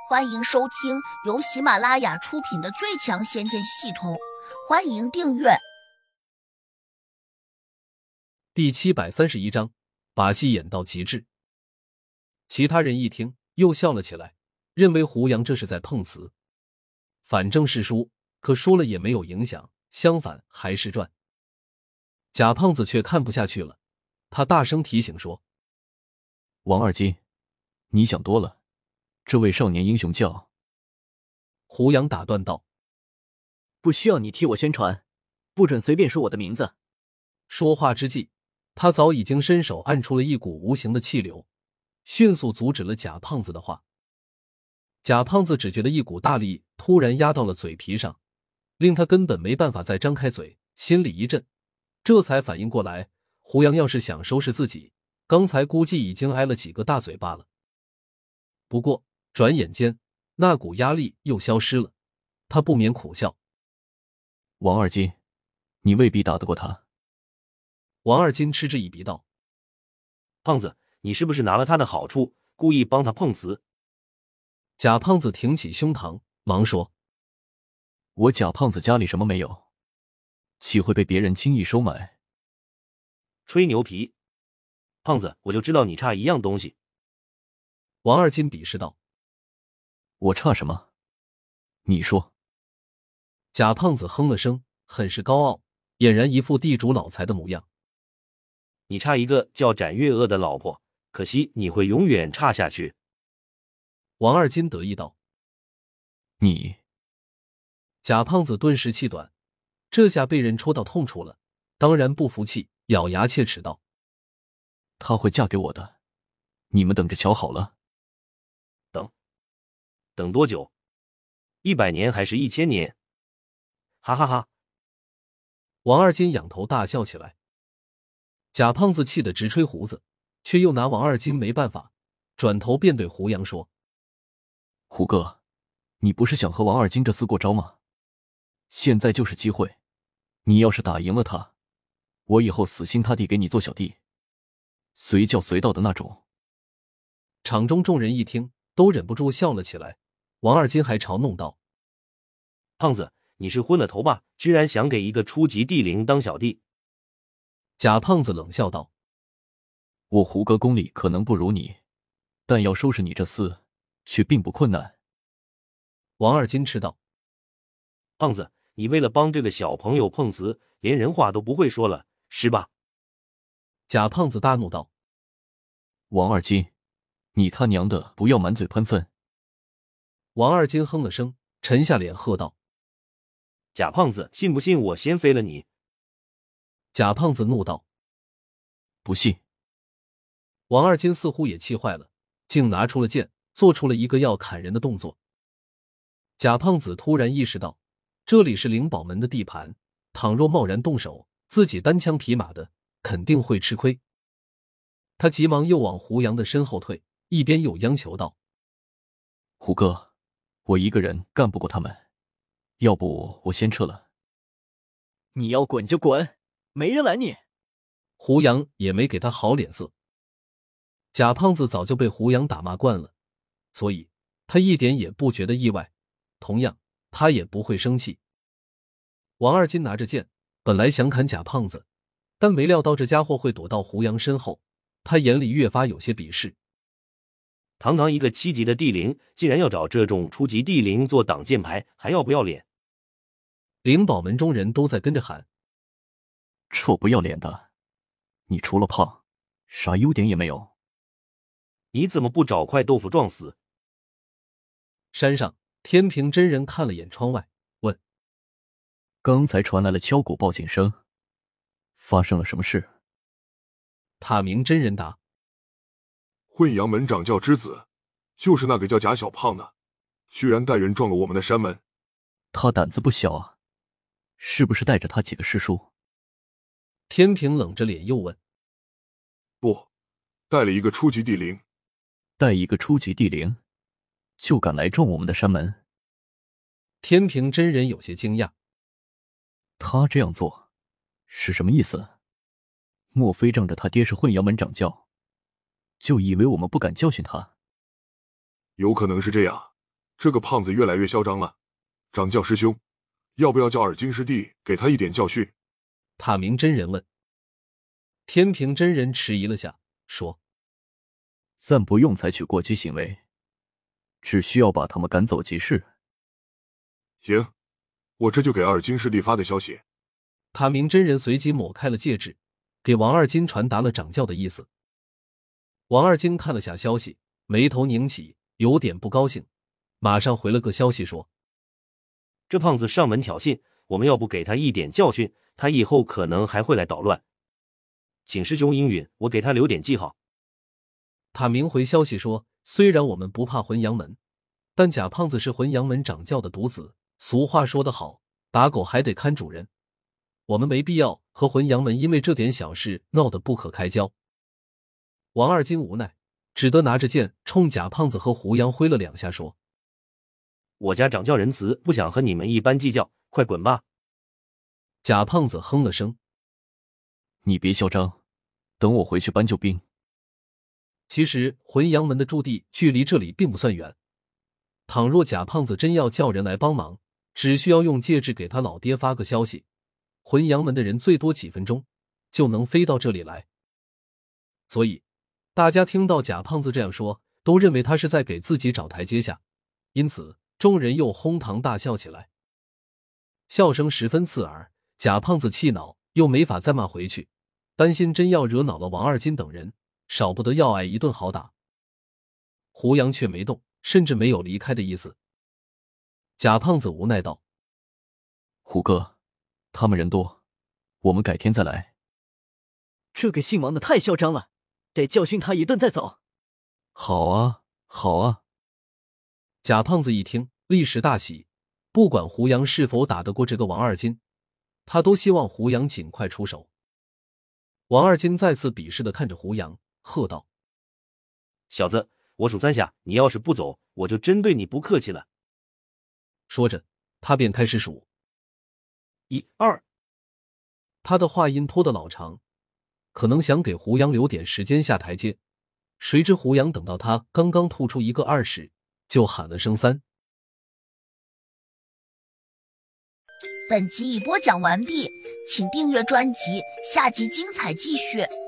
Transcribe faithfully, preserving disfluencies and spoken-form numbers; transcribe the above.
欢迎收听由喜马拉雅出品的《最强仙剑系统》，欢迎订阅。 第七百三十一章，把戏演到极致。其他人一听又笑了起来，认为胡杨这是在碰瓷。反正是输，可输了也没有影响，相反还是赚。贾胖子却看不下去了，他大声提醒说： 王二金，你想多了，这位少年英雄叫…… 胡杨打断道： 不需要你替我宣传，不准随便说我的名字。 说话之际，他早已经伸手按出了一股无形的气流，迅速阻止了贾胖子的话。贾胖子只觉得一股大力突然压到了嘴皮上，令他根本没办法再张开嘴，心里一震，这才反应过来，胡杨要是想收拾自己，刚才估计已经挨了几个大嘴巴了。不过转眼间那股压力又消失了，他不免苦笑。 王二金，你未必打得过他。 王二金嗤之以鼻道： 胖子，你是不是拿了他的好处，故意帮他碰瓷？ 贾胖子挺起胸膛，忙说： 我贾胖子家里什么没有，岂会被别人轻易收买？ 吹牛皮！胖子，我就知道你差一样东西。 王二金鄙视道： 我差什么？你说。 贾胖子哼了声，很是高傲，俨然一副地主老财的模样。 你差一个叫展月娥的老婆，可惜你会永远差下去。 王二金得意道： 你…… 贾胖子顿时气短，这下被人戳到痛处了，当然不服气，咬牙切齿道： 她会嫁给我的，你们等着瞧好了。 等等多久？一百年还是一千年？哈哈哈！ 王二金仰头大笑起来。贾胖子气得直吹胡子，却又拿王二金没办法，转头便对胡杨说： 胡哥，你不是想和王二金这厮过招吗？现在就是机会，你要是打赢了他，我以后死心塌地给你做小弟，随叫随到的那种。 场中众人一听，都忍不住笑了起来。王二金还嘲弄道： 胖子，你是昏了头吧？居然想给一个初级地灵当小弟。 贾胖子冷笑道： 我胡哥功力可能不如你，但要收拾你这厮却并不困难。 王二金斥道： 胖子，你为了帮这个小朋友碰瓷，连人话都不会说了，是吧？ 贾胖子大怒道： 王二金，你他娘的不要满嘴喷粪！ 王二金哼了声，沉下脸喝道： 贾胖子，信不信我先飞了你？ 贾胖子怒道： 不信！ 王二金似乎也气坏了，竟拿出了剑，做出了一个要砍人的动作。贾胖子突然意识到，这里是灵宝门的地盘，倘若贸然动手，自己单枪匹马的肯定会吃亏。他急忙又往胡杨的身后退，一边又央求道： 胡哥，我一个人干不过他们，要不我先撤了。 你要滚就滚，没人拦你。 胡杨也没给他好脸色。贾胖子早就被胡杨打骂惯了，所以他一点也不觉得意外，同样他也不会生气。王二金拿着剑，本来想砍贾胖子，但没料到这家伙会躲到胡杨身后，他眼里越发有些鄙视。 堂堂一个七级的地灵，竟然要找这种初级地灵做挡箭牌，还要不要脸？ 灵宝门中人都在跟着喊： 臭不要脸的，你除了胖，啥优点也没有。 你怎么不找块豆腐撞死？ 山上，天平真人看了眼窗外，问： 刚才传来了敲鼓报警声，发生了什么事？ 塔明真人答： 混阳门掌教之子，就是那个叫贾小胖的，居然带人撞了我们的山门。 他胆子不小啊，是不是带着他几个师叔？ 天平冷着脸又问： 不，带了一个初级地灵。 带一个初级地灵，就敢来撞我们的山门？ 天平真人有些惊讶。 他这样做是什么意思？莫非仗着他爹是混阳门掌教，就以为我们不敢教训他？ 有可能是这样， 这个胖子越来越嚣张了。掌教师兄，要不要叫尔金师弟给他一点教训？ 塔明真人问。天平真人迟疑了下，说： 暂不用采取过激行为，只需要把他们赶走即是。 行，我这就给尔金师弟发的消息。 塔明真人随即抹开了戒指，给王二金传达了掌教的意思。王二金看了下消息，眉头拧起，有点不高兴，马上回了个消息说： 这胖子上门挑衅，我们要不给他一点教训，他以后可能还会来捣乱。请师兄应允，我给他留点记号。 塔明回消息说，虽然我们不怕浑阳门，但贾胖子是浑阳门掌教的独子，俗话说得好，打狗还得看主人，我们没必要和浑阳门因为这点小事闹得不可开交。王二金无奈，只得拿着剑冲贾胖子和胡杨挥了两下，说： 我家掌教仁慈，不想和你们一般计较，快滚吧。 贾胖子哼了声： 你别嚣张，等我回去搬救兵。 其实浑阳门的驻地距离这里并不算远，倘若贾胖子真要叫人来帮忙，只需要用戒指给他老爹发个消息，浑阳门的人最多几分钟就能飞到这里来。所以大家听到贾胖子这样说，都认为他是在给自己找台阶下，因此众人又哄堂大笑起来。笑声十分刺耳，贾胖子气恼，又没法再骂回去，担心真要惹恼了王二金等人，少不得要挨一顿好打。胡杨却没动，甚至没有离开的意思。贾胖子无奈道： 胡哥，他们人多，我们改天再来。 这个姓王的太嚣张了，得教训他一顿再走。 好啊，好啊。 贾胖子一听，立时大喜，不管胡杨是否打得过这个王二金，他都希望胡杨尽快出手。王二金再次鄙视地看着胡杨，喝道： 小子，我数三下，你要是不走，我就真对你不客气了。 说着，他便开始数。 一、二。 他的话音拖得老长，可能想给胡杨留点时间下台阶，谁知胡杨等到他刚刚吐出一个二时，就喊了声三。 本集已播讲完毕，请订阅专辑，下集精彩继续。